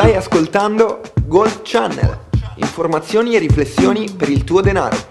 Stai ascoltando Gold Channel, informazioni e riflessioni per il tuo denaro.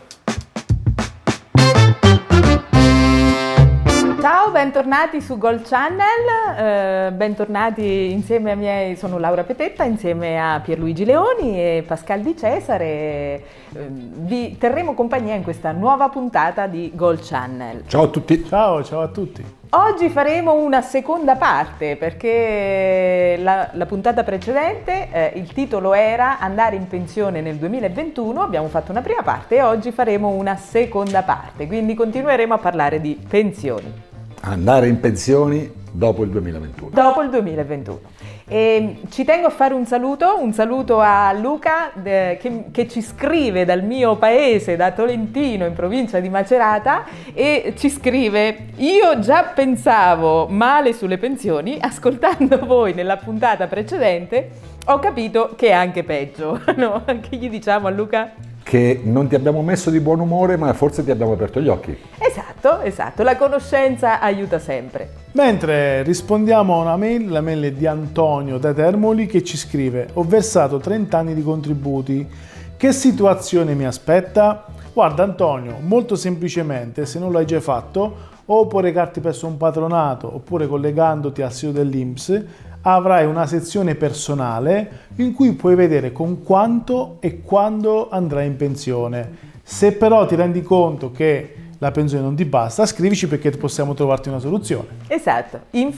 Ciao, bentornati su Gold Channel, bentornati insieme a miei, sono Laura Petetta, insieme a Pierluigi Leoni e Pascal Di Cesare. Vi terremo compagnia in questa nuova puntata di Gold Channel. Ciao a tutti. Ciao a tutti. Oggi faremo una seconda parte perché la puntata precedente, il titolo era Andare in pensione nel 2021, abbiamo fatto una prima parte e oggi faremo una seconda parte, quindi continueremo a parlare di pensioni. Andare in pensioni dopo il 2021. Dopo il 2021. E ci tengo a fare un saluto a Luca che ci scrive dal mio paese, da Tolentino in provincia di Macerata, e ci scrive: io già pensavo male sulle pensioni, ascoltando voi nella puntata precedente ho capito che è anche peggio. No? Che gli diciamo a Luca? Che non ti abbiamo messo di buon umore, ma forse ti abbiamo aperto gli occhi. Esatto, la conoscenza aiuta sempre. Mentre rispondiamo a una mail, la mail è di Antonio da Termoli che ci scrive: ho versato 30 anni di contributi, che situazione mi aspetta? Guarda Antonio, molto semplicemente, se non l'hai già fatto, o puoi recarti presso un patronato oppure collegandoti al sito dell'INPS avrai una sezione personale in cui puoi vedere con quanto e quando andrai in pensione. Se però ti rendi conto che la pensione non ti basta, scrivici perché possiamo trovarti una soluzione. Esatto,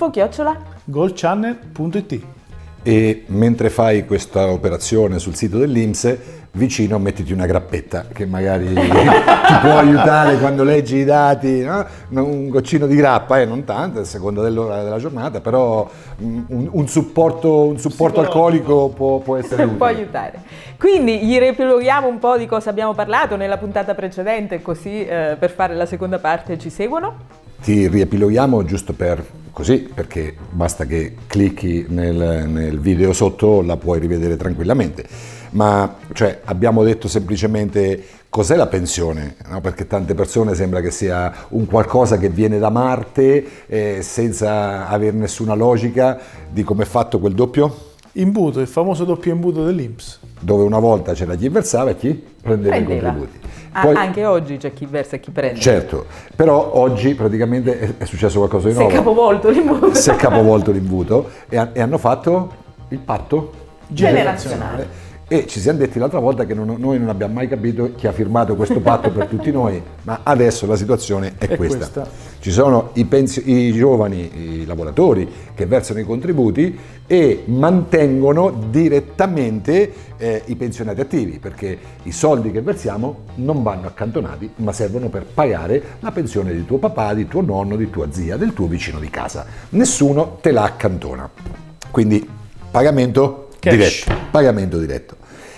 info@goldchannel.it. E mentre fai questa operazione sul sito dell'INPS, vicino mettiti una grappetta che magari ti può aiutare quando leggi i dati, no? Un goccino di grappa, non tanto, a seconda dell'ora della giornata, però un supporto alcolico può essere utile. Può aiutare. Quindi gli riepiloghiamo un po' di cosa abbiamo parlato nella puntata precedente, così per fare la seconda parte ci seguono? Ti riepiloghiamo giusto perché basta che clicchi nel video sotto, la puoi rivedere tranquillamente. Ma cioè, abbiamo detto semplicemente cos'è la pensione, no? Perché tante persone sembra che sia un qualcosa che viene da Marte senza avere nessuna logica di come è fatto quel doppio imbuto, il famoso doppio imbuto dell'INPS, dove una volta c'era chi versava e chi prendeva i contributi. Poi, anche oggi c'è chi versa e chi prende. Certo, però oggi praticamente è successo qualcosa di nuovo. Si è capovolto l'imbuto. Si è capovolto l'imbuto e hanno fatto il patto generazionale. E ci siamo detti l'altra volta che noi non abbiamo mai capito chi ha firmato questo patto per tutti noi, ma adesso la situazione è questa. Ci sono i giovani, i lavoratori che versano i contributi e mantengono direttamente i pensionati attivi, perché i soldi che versiamo non vanno accantonati, ma servono per pagare la pensione di tuo papà, di tuo nonno, di tua zia, del tuo vicino di casa. Nessuno te la accantona. Quindi pagamento diretto.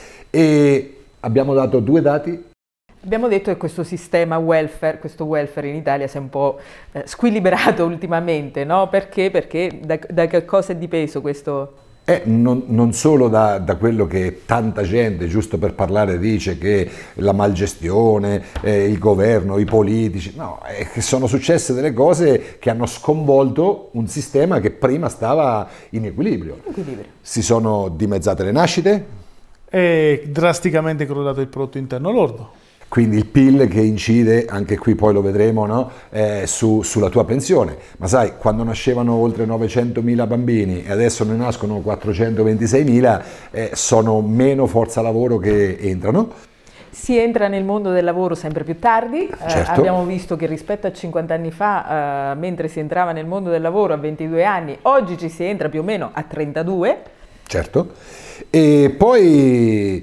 E abbiamo dato due dati. Abbiamo detto che questo sistema welfare, in Italia si è un po' squilibrato ultimamente, no? Perché? Perché da che cosa è dipeso questo? Non solo da quello che tanta gente, giusto per parlare, dice che la malgestione, il governo, i politici, no, che sono successe delle cose che hanno sconvolto un sistema che prima stava in equilibrio. Si sono dimezzate le nascite. È drasticamente crollato il prodotto interno lordo. Quindi il PIL che incide, anche qui poi lo vedremo, no? Sulla tua pensione. Ma sai, quando nascevano oltre 900.000 bambini e adesso ne nascono 426.000, sono meno forza lavoro che entrano. Si entra nel mondo del lavoro sempre più tardi, certo. Abbiamo visto che rispetto a 50 anni fa, mentre si entrava nel mondo del lavoro a 22 anni, oggi ci si entra più o meno a 32. Certo, e poi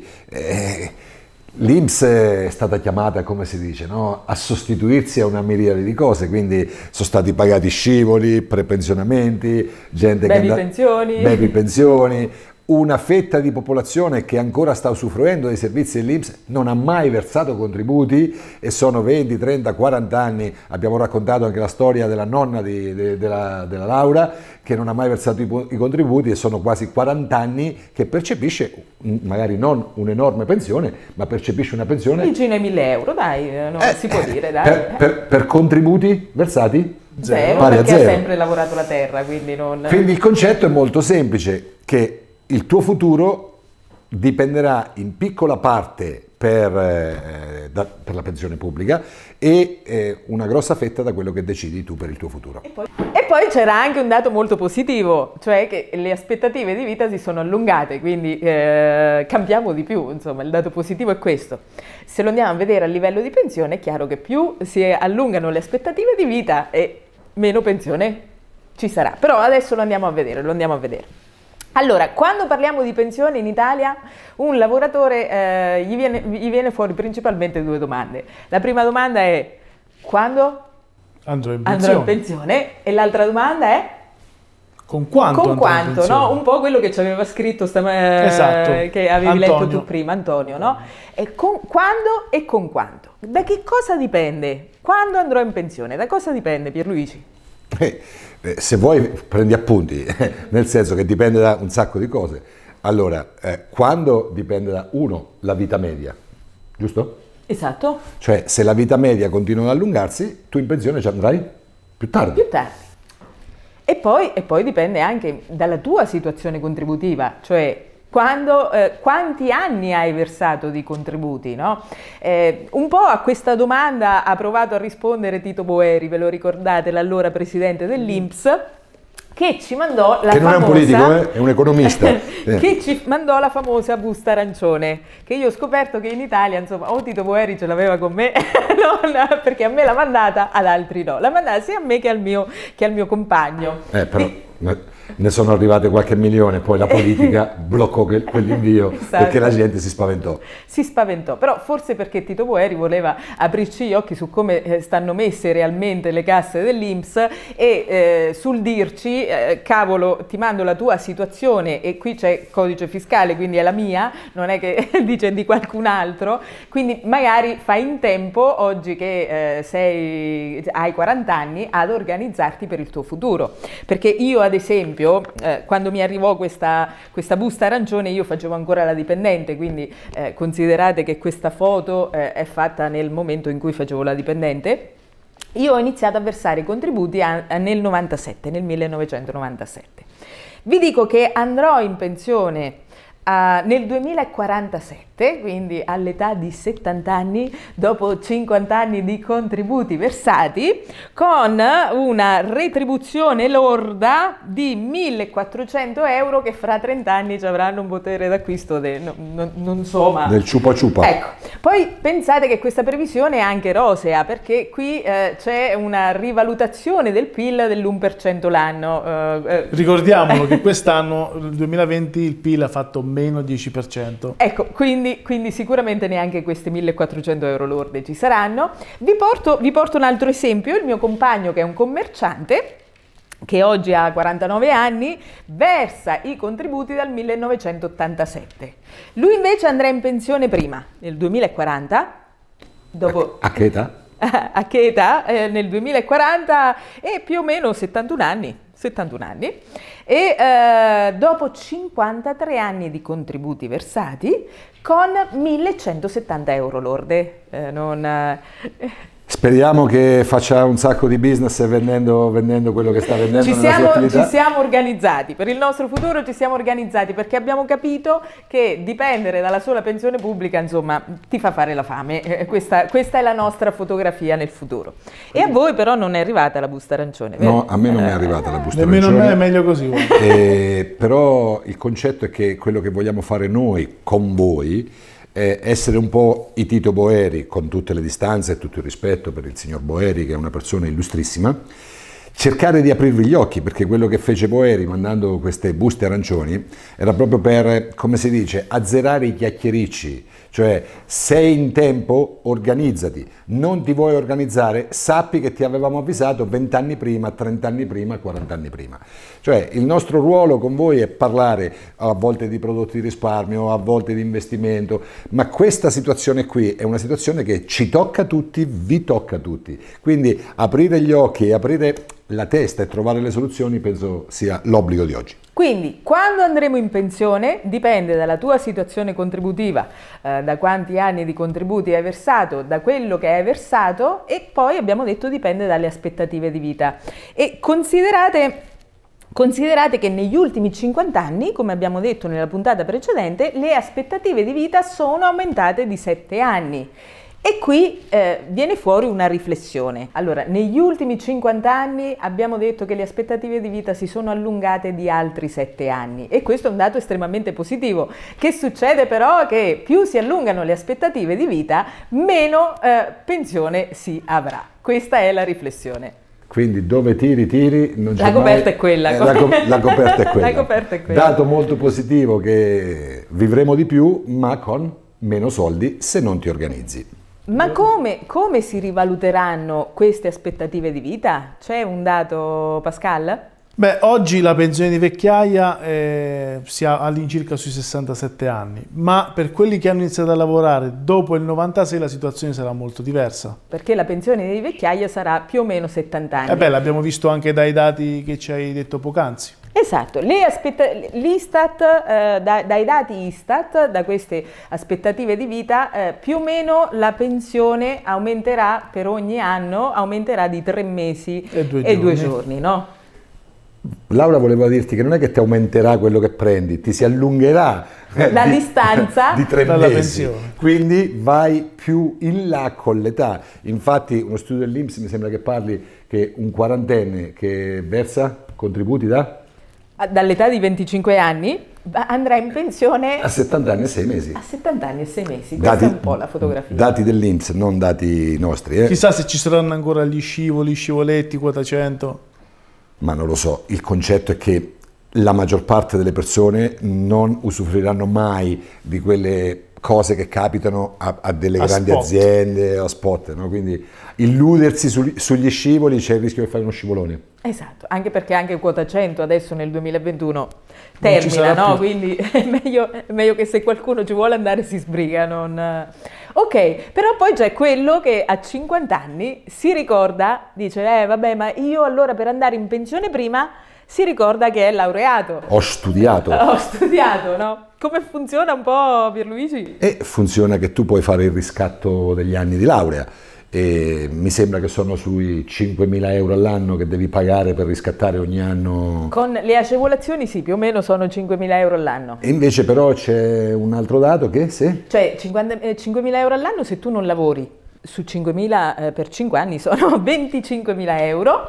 l'INPS è stata chiamata, come si dice, no? A sostituirsi a una miriade di cose, quindi sono stati pagati scivoli, prepensionamenti, gente baby pensioni, una fetta di popolazione che ancora sta usufruendo dei servizi dell'INPS non ha mai versato contributi e sono 20, 30, 40 anni, abbiamo raccontato anche la storia della nonna della Laura che non ha mai versato i contributi e sono quasi 40 anni che percepisce magari non un'enorme pensione, ma percepisce una pensione vicino ai 1.000 euro, dai, si può dire, dai. Per contributi versati? Zero, perché ha sempre lavorato la terra, quindi non... Quindi il concetto è molto semplice, che il tuo futuro dipenderà in piccola parte per la pensione pubblica e una grossa fetta da quello che decidi tu per il tuo futuro. E poi c'era anche un dato molto positivo, cioè che le aspettative di vita si sono allungate, quindi cambiamo di più, insomma, il dato positivo è questo. Se lo andiamo a vedere a livello di pensione, è chiaro che più si allungano le aspettative di vita e meno pensione ci sarà. Però adesso lo andiamo a vedere, Allora, quando parliamo di pensione in Italia, un lavoratore gli viene fuori principalmente due domande. La prima domanda è: quando andrò in pensione? E l'altra domanda è: con quanto? Con quanto, no? Un po' quello che ci aveva scritto esatto. che avevi letto tu prima, Antonio, no? E quando e con quanto? Da che cosa dipende? Quando andrò in pensione? Da cosa dipende, Pierluigi? Se vuoi prendi appunti, nel senso che dipende da un sacco di cose. Allora, quando dipende da la vita media, giusto? Esatto. Cioè, se la vita media continua ad allungarsi, tu in pensione ci andrai più tardi. Più tardi. E poi dipende anche dalla tua situazione contributiva, cioè quanti anni hai versato di contributi, no? Un po' a questa domanda ha provato a rispondere Tito Boeri, ve lo ricordate, l'allora presidente dell'INPS, che ci mandò la che non famosa, è un politico, è un economista. Che ci mandò la famosa busta arancione, che io ho scoperto che in Italia, insomma, o Tito Boeri ce l'aveva con me, no, perché a me l'ha mandata, ad altri no. L'ha mandata sia a me che al mio compagno. Però ne sono arrivate qualche milione, poi la politica bloccò quell'invio, esatto. Perché la gente si spaventò. Si spaventò, però forse perché Tito Boeri voleva aprirci gli occhi su come stanno messe realmente le casse dell'INPS e sul dirci, cavolo, ti mando la tua situazione e qui c'è codice fiscale, quindi è la mia, non è che dice di qualcun altro, quindi magari fai in tempo, oggi che hai 40 anni, ad organizzarti per il tuo futuro. Perché io, ad esempio, quando mi arrivò questa busta arancione, io facevo ancora la dipendente, quindi considerate che questa foto è fatta nel momento in cui facevo la dipendente. Io ho iniziato a versare i contributi nel 1997. Vi dico che andrò in pensione nel 2047, quindi all'età di 70 anni, dopo 50 anni di contributi versati, con una retribuzione lorda di 1.400 euro che fra 30 anni ci avranno un potere d'acquisto non so, ma del ciupa ciupa. Ecco, poi pensate che questa previsione è anche rosea, perché qui c'è una rivalutazione del PIL dell'1% l'anno. Ricordiamolo che quest'anno, nel 2020, il PIL ha fatto meno 10%. Ecco, quindi sicuramente neanche questi 1.400 euro lorde ci saranno. Vi porto un altro esempio. Il mio compagno, che è un commerciante, che oggi ha 49 anni, versa i contributi dal 1987. Lui invece andrà in pensione prima, nel 2040, dopo... A che età? A che età? Nel 2040 e più o meno 71 anni. E dopo 53 anni di contributi versati con 1.170 euro lorde. Speriamo che faccia un sacco di business vendendo quello che sta vendendo Ci siamo organizzati, per il nostro futuro ci siamo organizzati, perché abbiamo capito che dipendere dalla sola pensione pubblica, insomma, ti fa fare la fame. Questa è la nostra fotografia nel futuro. E a voi però non è arrivata la busta arancione, vero? No, a me non è arrivata la busta arancione. Nemmeno a me è meglio così. Però il concetto è che quello che vogliamo fare noi con voi essere un po' i Tito Boeri, con tutte le distanze e tutto il rispetto per il signor Boeri, che è una persona illustrissima, cercare di aprirvi gli occhi, perché quello che fece Boeri mandando queste buste arancioni era proprio per, come si dice, azzerare i chiacchiericci. Cioè, sei in tempo, organizzati. Non ti vuoi organizzare, sappi che ti avevamo avvisato 20 anni prima, 30 anni prima, 40 anni prima. Cioè, il nostro ruolo con voi è parlare a volte di prodotti di risparmio, a volte di investimento, ma questa situazione qui è una situazione che ci tocca a tutti, vi tocca a tutti. Quindi aprire gli occhi, aprire la testa e trovare le soluzioni penso sia l'obbligo di oggi. Quindi, quando andremo in pensione dipende dalla tua situazione contributiva, da quanti anni di contributi hai versato, da quello che hai versato, e poi abbiamo detto dipende dalle aspettative di vita. E considerate Considerate che negli ultimi 50 anni, come abbiamo detto nella puntata precedente, le aspettative di vita sono aumentate di 7 anni. E qui viene fuori una riflessione. Allora, negli ultimi 50 anni abbiamo detto che le aspettative di vita si sono allungate di altri 7 anni e questo è un dato estremamente positivo. Che succede però? Che più si allungano le aspettative di vita, meno pensione si avrà. Questa è la riflessione. Quindi dove tiri, non c'è la coperta mai... è quella. La coperta è quella. La coperta è quella. Dato molto positivo che vivremo di più, ma con meno soldi se non ti organizzi. Ma come si rivaluteranno queste aspettative di vita? C'è un dato, Pascal? Beh, oggi la pensione di vecchiaia si ha all'incirca sui 67 anni, ma per quelli che hanno iniziato a lavorare dopo il 96 la situazione sarà molto diversa. Perché la pensione di vecchiaia sarà più o meno 70 anni. Beh, l'abbiamo visto anche dai dati che ci hai detto poc'anzi. Esatto, l'Istat, dai dati Istat, da queste aspettative di vita, più o meno la pensione aumenterà per ogni anno, aumenterà di 3 mesi e 2 giorni, no? Laura voleva dirti che non è che ti aumenterà quello che prendi, ti si allungherà la distanza di 3 dalla mesi, pensione. Quindi vai più in là con l'età. Infatti uno studio dell'INPS mi sembra che parli che un quarantenne che versa contributi dall'età di 25 anni andrà in pensione a 70 anni e 6 mesi. A 70 anni e 6 mesi, questa è un po' la fotografia. Dati dell'INPS, non dati nostri. Chissà se ci saranno ancora gli scivoli, scivoletti, quota 100. Ma non lo so, il concetto è che la maggior parte delle persone non usufruiranno mai di quelle cose che capitano a delle grandi aziende, a spot, no? Quindi illudersi sugli scivoli, c'è il rischio di fare uno scivolone. Esatto, anche perché anche quota 100 adesso nel 2021 termina, no? Quindi è meglio che se qualcuno ci vuole andare si sbriga, non... Ok, però poi c'è quello che a 50 anni si ricorda, dice, vabbè, ma io allora per andare in pensione prima si ricorda che è laureato. Ho studiato. Ho studiato, no? Come funziona un po', Pierluigi? E funziona che tu puoi fare il riscatto degli anni di laurea. E mi sembra che sono sui 5.000 euro all'anno che devi pagare per riscattare ogni anno. Con le agevolazioni sì, più o meno sono 5.000 euro all'anno. E invece però c'è un altro dato che se... Cioè 5.000 euro all'anno se tu non lavori. Su 5.000 per 5 anni sono 25.000 euro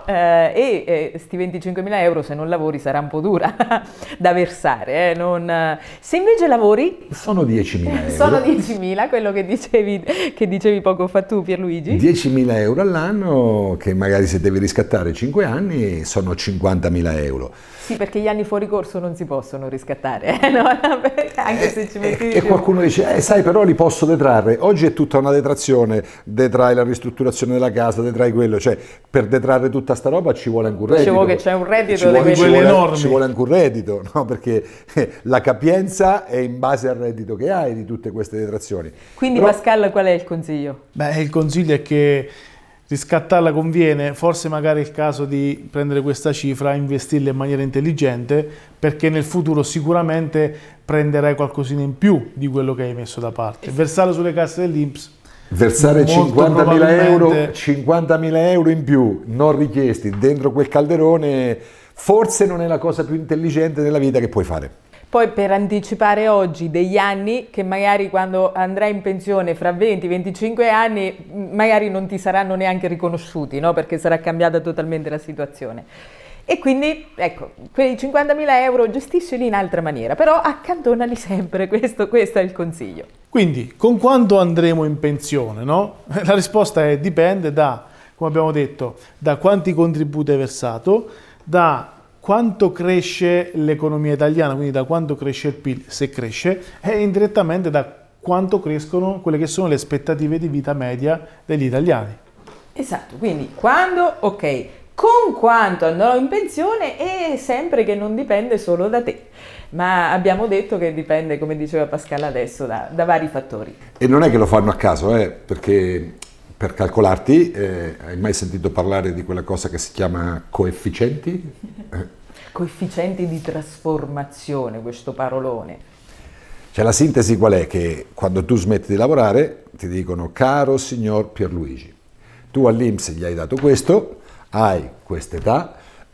e sti 25.000 euro se non lavori sarà un po' dura da versare. Se invece lavori... Sono 10.000 euro. Sono 10.000, quello che dicevi poco fa tu, Pierluigi. 10.000 euro all'anno che magari se devi riscattare 5 anni sono 50.000 euro. Sì, perché gli anni fuori corso non si possono riscattare, no? Anche se ci metti di E più. qualcuno dice, sai però li posso detrarre, oggi è tutta una detrazione, detrai la ristrutturazione della casa, detrai quello, cioè per detrarre tutta sta roba ci vuole anche un reddito. Dicevo che c'è un reddito di quelli enormi. Ci vuole anche un reddito, no? Perché la capienza è in base al reddito che hai di tutte queste detrazioni. Quindi però... Pascal, qual è il consiglio? Beh, il consiglio è che riscattarla conviene, forse magari è il caso di prendere questa cifra e investirla in maniera intelligente, perché nel futuro sicuramente prenderai qualcosina in più di quello che hai messo da parte. Versarlo sulle casse dell'INPS. Versare 50.000 euro in più non richiesti dentro quel calderone forse non è la cosa più intelligente della vita che puoi fare. Poi per anticipare oggi degli anni che magari quando andrai in pensione fra 20-25 anni magari non ti saranno neanche riconosciuti, no? Perché sarà cambiata totalmente la situazione. E quindi, ecco, quei 50.000 euro gestiscili in altra maniera, però accantonali sempre, questo è il consiglio. Quindi, con quanto andremo in pensione, no? La risposta è dipende da, come abbiamo detto, da quanti contributi hai versato, da quanto cresce l'economia italiana, quindi da quanto cresce il PIL, se cresce, e indirettamente da quanto crescono quelle che sono le aspettative di vita media degli italiani. Esatto, quindi quando, ok, con quanto andrò in pensione e sempre che non dipende solo da te, ma abbiamo detto che dipende, come diceva Pascal adesso, da vari fattori. E non è che lo fanno a caso, perché per calcolarti, hai mai sentito parlare di quella cosa che si chiama coefficienti? Coefficienti di trasformazione, questo parolone. Cioè la sintesi qual è? Che quando tu smetti di lavorare ti dicono caro signor Pierluigi, tu all'INPS gli hai dato questo, hai quest'età,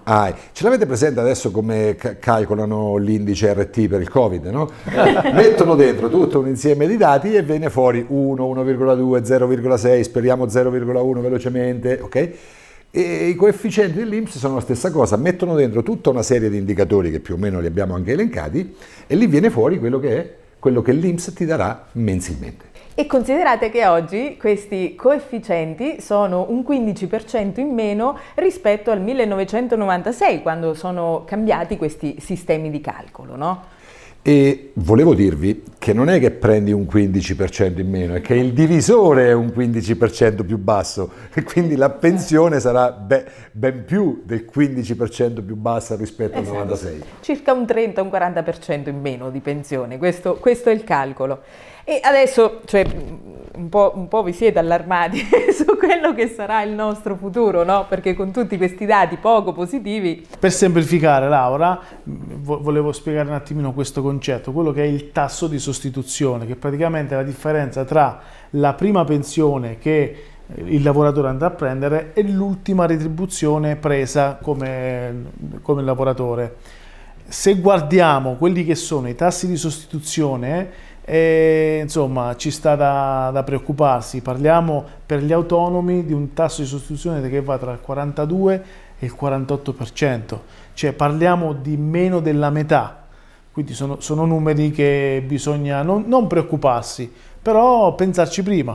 Ce l'avete presente adesso come calcolano l'indice RT per il Covid, no? Mettono dentro tutto un insieme di dati e viene fuori 1, 1,2, 0,6, speriamo 0,1 velocemente, ok? E i coefficienti dell'INPS sono la stessa cosa, mettono dentro tutta una serie di indicatori che più o meno li abbiamo anche elencati e lì viene fuori quello che l'INPS ti darà mensilmente. E considerate che oggi questi coefficienti sono un 15% in meno rispetto al 1996, quando sono cambiati questi sistemi di calcolo, no? E volevo dirvi che non è che prendi un 15% in meno, è che il divisore è un 15% più basso e quindi la pensione sarà ben più del 15% più bassa rispetto al 96. Circa un 30, un 40% in meno di pensione, questo è il calcolo. E adesso, cioè, un po' vi siete allarmati su quello che sarà il nostro futuro, no? Perché con tutti questi dati poco positivi... Per semplificare, Laura, volevo spiegare un attimino questo concetto, quello che è il tasso di sostituzione, che praticamente è la differenza tra la prima pensione che il lavoratore andrà a prendere e l'ultima retribuzione presa come lavoratore. Se guardiamo quelli che sono i tassi di sostituzione, insomma ci sta da preoccuparsi. Parliamo per gli autonomi di un tasso di sostituzione che va tra il 42 e il 48%, cioè parliamo di meno della metà, quindi sono numeri che bisogna non preoccuparsi, però pensarci prima.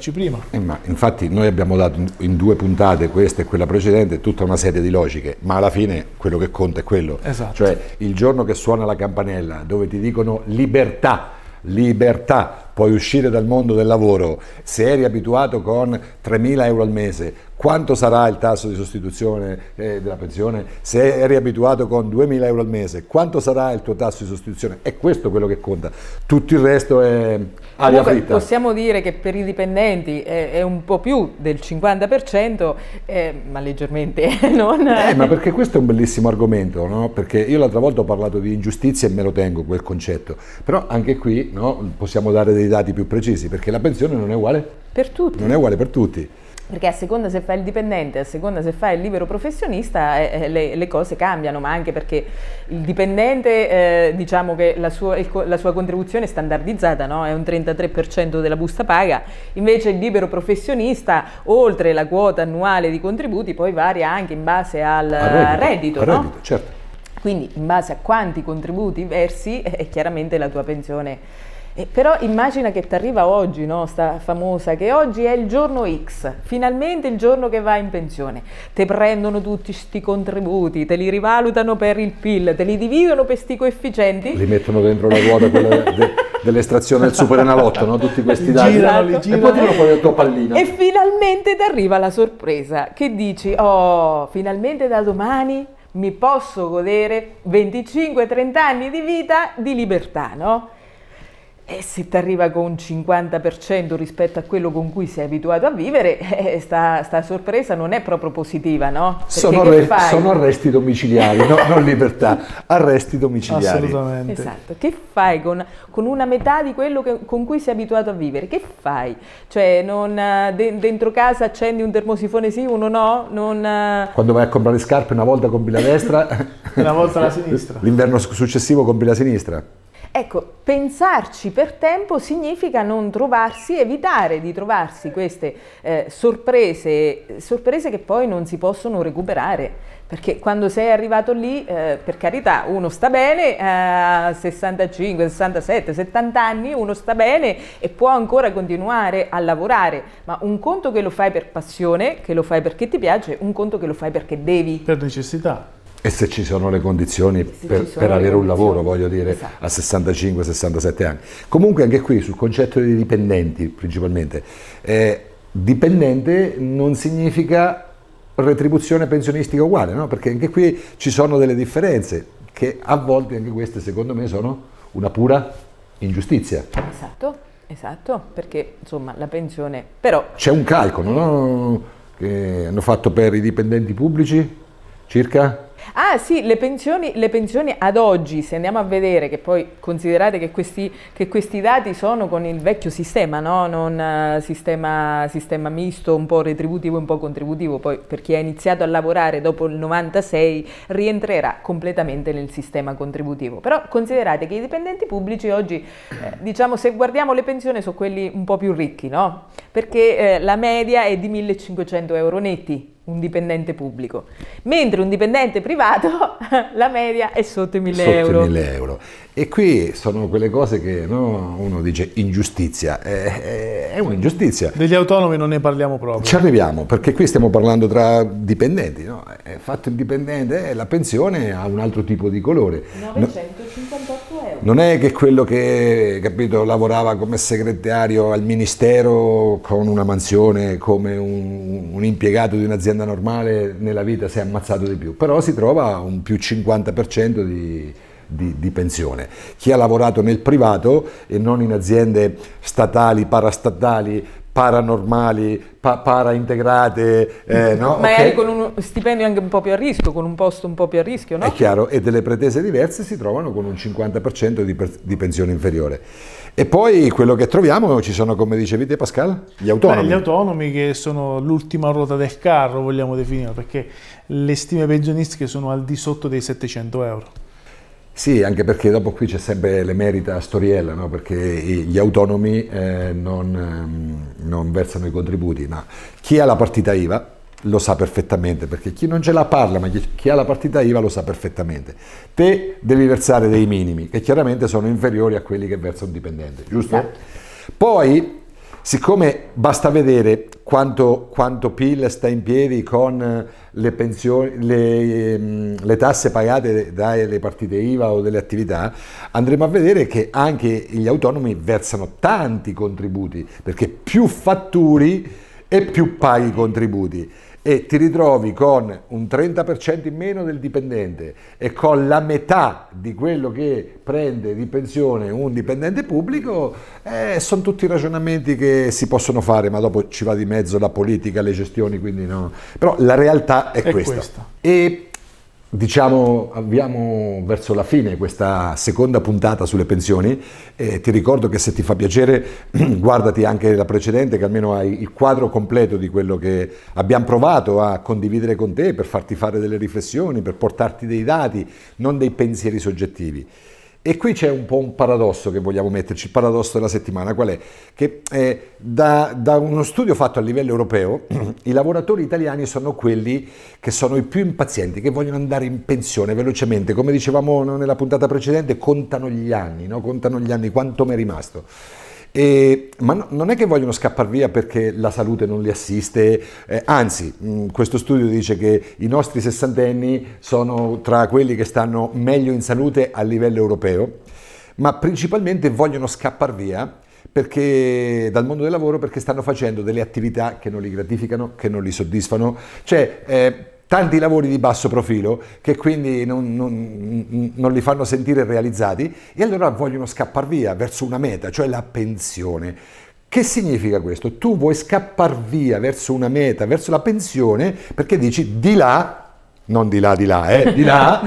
Ma infatti noi abbiamo dato in 2 puntate, questa e quella precedente, tutta una serie di logiche, ma alla fine quello che conta è quello. Esatto. Cioè il giorno che suona la campanella dove ti dicono libertà, puoi uscire dal mondo del lavoro, se eri abituato con 3.000 euro al mese, quanto sarà il tasso di sostituzione della pensione? Se eri abituato con 2.000 euro al mese, quanto sarà il tuo tasso di sostituzione? È questo quello che conta, tutto il resto è aria fritta. Possiamo dire che per i dipendenti è un po' più del 50%, ma leggermente non... Ma perché questo è un bellissimo argomento, no? Perché io l'altra volta ho parlato di ingiustizia e me lo tengo quel concetto, però anche qui, no, possiamo dare dei dati più precisi, perché la pensione non è uguale per tutti. Non è uguale per tutti. Perché a seconda se fai il dipendente, a seconda se fai il libero professionista, le cose cambiano, ma anche perché il dipendente, diciamo che la sua contribuzione è standardizzata, no? È un 33% della busta paga, invece il libero professionista, oltre la quota annuale di contributi, poi varia anche in base al reddito, no? Reddito, certo. Quindi in base a quanti contributi versi, chiaramente la tua pensione... però immagina che ti arriva oggi, no, sta famosa, che oggi è il giorno X, finalmente il giorno che vai in pensione, te prendono tutti sti contributi, te li rivalutano per il PIL, te li dividono per sti coefficienti. Li mettono dentro la ruota dell'estrazione del Superenalotto, no? Tutti questi dati. Girano. E poi tirano fuori la tua pallina. E finalmente ti arriva la sorpresa, che dici, oh, finalmente da domani mi posso godere 25-30 anni di vita di libertà, no? E se ti arriva con un 50% rispetto a quello con cui sei abituato a vivere, sta sorpresa non è proprio positiva, no? Sono arresti domiciliari, no, non libertà, arresti domiciliari. Assolutamente. Esatto. Che fai con una metà di quello con cui sei abituato a vivere? Che fai? Cioè, dentro casa accendi un termosifone sì, uno no? Quando vai a comprare scarpe una volta compri la destra, una volta la sinistra. L'inverno successivo compri la sinistra. Ecco, pensarci per tempo significa evitare di trovarsi queste sorprese che poi non si possono recuperare, perché quando sei arrivato lì, per carità, uno sta bene a 65, 67, 70 anni, uno sta bene e può ancora continuare a lavorare, ma un conto che lo fai per passione, che lo fai perché ti piace, un conto che lo fai perché devi. Per necessità. E se ci sono le condizioni per avere un lavoro, voglio dire, esatto, a 65-67 anni. Comunque anche qui sul concetto di dipendenti principalmente, dipendente non significa retribuzione pensionistica uguale, no? Perché anche qui ci sono delle differenze che a volte anche queste secondo me sono una pura ingiustizia. Esatto, perché insomma la pensione... Però c'è un calcolo, no? Che hanno fatto per i dipendenti pubblici circa Ah sì, le pensioni ad oggi, se andiamo a vedere, che poi considerate che questi dati sono con il vecchio sistema, no? Non sistema misto, un po' retributivo e un po' contributivo, poi per chi ha iniziato a lavorare dopo il 96 rientrerà completamente nel sistema contributivo. Però considerate che i dipendenti pubblici oggi, diciamo, se guardiamo le pensioni, sono quelli un po' più ricchi, no? Perché la media è di 1.500 euro netti, un dipendente pubblico, mentre un dipendente privato la media è sotto i 1.000 euro. Sotto i 1.000 euro. E qui sono quelle cose che, no, uno dice ingiustizia, è un'ingiustizia. Degli autonomi non ne parliamo proprio. Ci arriviamo, perché qui stiamo parlando tra dipendenti, no? Fatto il dipendente, la pensione ha un altro tipo di colore. 958 euro. Non è che quello che, capito, lavorava come segretario al ministero con una mansione come un impiegato di un'azienda normale nella vita si è ammazzato di più, però si trova un più 50% di pensione. Chi ha lavorato nel privato e non in aziende statali, parastatali, paranormali, paraintegrate, no? Magari con uno stipendio anche un po' più a rischio, con un posto un po' più a rischio, no? È chiaro, e delle pretese diverse si trovano con un 50% di pensione inferiore. E poi quello che troviamo, ci sono, come dicevi te Pascal, gli autonomi. Gli autonomi che sono l'ultima ruota del carro, vogliamo definire, perché le stime pensionistiche sono al di sotto dei 700 euro. Sì, anche perché dopo qui c'è sempre l'emerita storiella, no? Perché gli autonomi non versano i contributi, ma chi ha la partita IVA lo sa perfettamente, perché chi non ce la parla, ma chi ha la partita IVA lo sa perfettamente. Te devi versare dei minimi, che chiaramente sono inferiori a quelli che versa un dipendente, giusto? Esatto. Poi, siccome basta vedere quanto PIL sta in piedi con le pensioni, le tasse pagate dalle partite IVA o delle attività, andremo a vedere che anche gli autonomi versano tanti contributi, perché più fatturi e più paghi i contributi. E ti ritrovi con un 30% in meno del dipendente e con la metà di quello che prende di pensione un dipendente pubblico, sono tutti ragionamenti che si possono fare, ma dopo ci va di mezzo la politica, le gestioni, quindi no. Però la realtà è questa. E diciamo, avviamo verso la fine questa seconda puntata sulle pensioni. Ti ricordo che se ti fa piacere guardati anche la precedente, che almeno hai il quadro completo di quello che abbiamo provato a condividere con te per farti fare delle riflessioni, per portarti dei dati, non dei pensieri soggettivi. E qui c'è un po' un paradosso che vogliamo metterci, il paradosso della settimana, qual è? Che da uno studio fatto a livello europeo, i lavoratori italiani sono quelli che sono i più impazienti, che vogliono andare in pensione velocemente. Come dicevamo nella puntata precedente, contano gli anni, no? Contano gli anni, quanto mi è rimasto. Ma non è che vogliono scappare via perché la salute non li assiste, anzi, questo studio dice che i nostri sessantenni sono tra quelli che stanno meglio in salute a livello europeo, ma principalmente vogliono scappare via perché, dal mondo del lavoro, perché stanno facendo delle attività che non li gratificano, che non li soddisfano, cioè tanti lavori di basso profilo che quindi non li fanno sentire realizzati, e allora vogliono scappare via verso una meta, cioè la pensione. Che significa questo? Tu vuoi scappare via verso una meta, verso la pensione, perché dici di là, non di là, di là,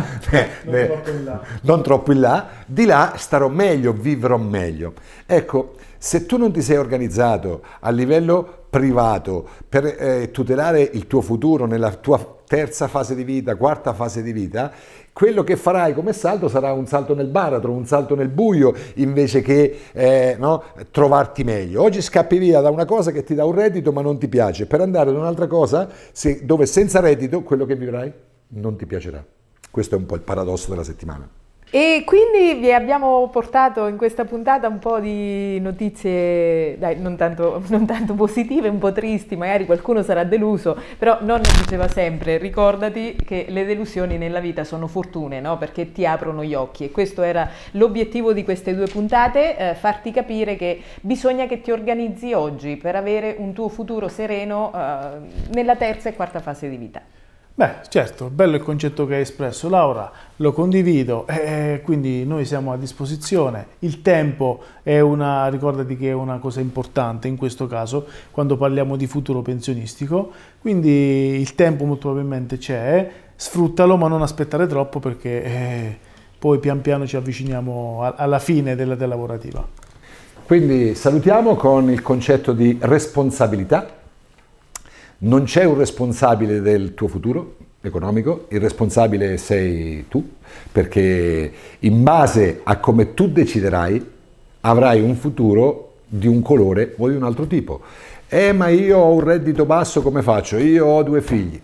non troppo in là, di là starò meglio, vivrò meglio. Ecco, se tu non ti sei organizzato a livello privato per tutelare il tuo futuro nella tua terza fase di vita, quarta fase di vita, quello che farai come salto sarà un salto nel baratro, un salto nel buio, invece che no, trovarti meglio. Oggi scappi via da una cosa che ti dà un reddito ma non ti piace, per andare ad un'altra cosa dove senza reddito quello che vivrai non ti piacerà. Questo è un po' il paradosso della settimana. E quindi vi abbiamo portato in questa puntata un po' di notizie, dai, non tanto positive, un po' tristi, magari qualcuno sarà deluso, però nonna diceva sempre, ricordati che le delusioni nella vita sono fortune, no? Perché ti aprono gli occhi, e questo era l'obiettivo di queste due puntate, farti capire che bisogna che ti organizzi oggi per avere un tuo futuro sereno nella terza e quarta fase di vita. Beh, certo, bello il concetto che hai espresso, Laura, lo condivido, quindi noi siamo a disposizione. Il tempo ricordati che è una cosa importante in questo caso, quando parliamo di futuro pensionistico, quindi il tempo molto probabilmente c'è. sfruttalo, ma non aspettare troppo, perché poi pian piano ci avviciniamo alla fine dell'età lavorativa. Quindi salutiamo con il concetto di responsabilità. Non c'è un responsabile del tuo futuro economico, il responsabile sei tu, perché in base a come tu deciderai avrai un futuro di un colore o di un altro tipo. Ma io ho un reddito basso, come faccio? Io ho 2 figli.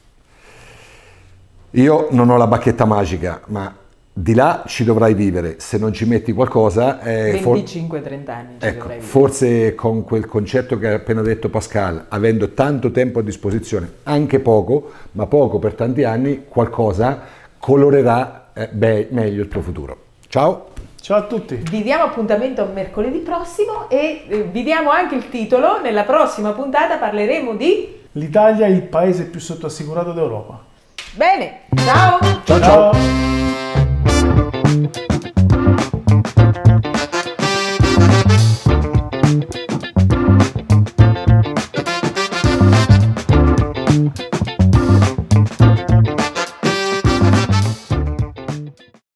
Io non ho la bacchetta magica, ma di là ci dovrai vivere. Se non ci metti qualcosa... 25-30 anni ci ecco, dovrai vivere. Forse con quel concetto che ha appena detto Pascal, avendo tanto tempo a disposizione, anche poco, ma poco per tanti anni, qualcosa colorerà meglio il tuo futuro. Ciao! Ciao a tutti! Vi diamo appuntamento mercoledì prossimo e vi diamo anche il titolo. Nella prossima puntata parleremo di... L'Italia è il paese più sottoassicurato d'Europa. Bene, ciao! Ciao ciao!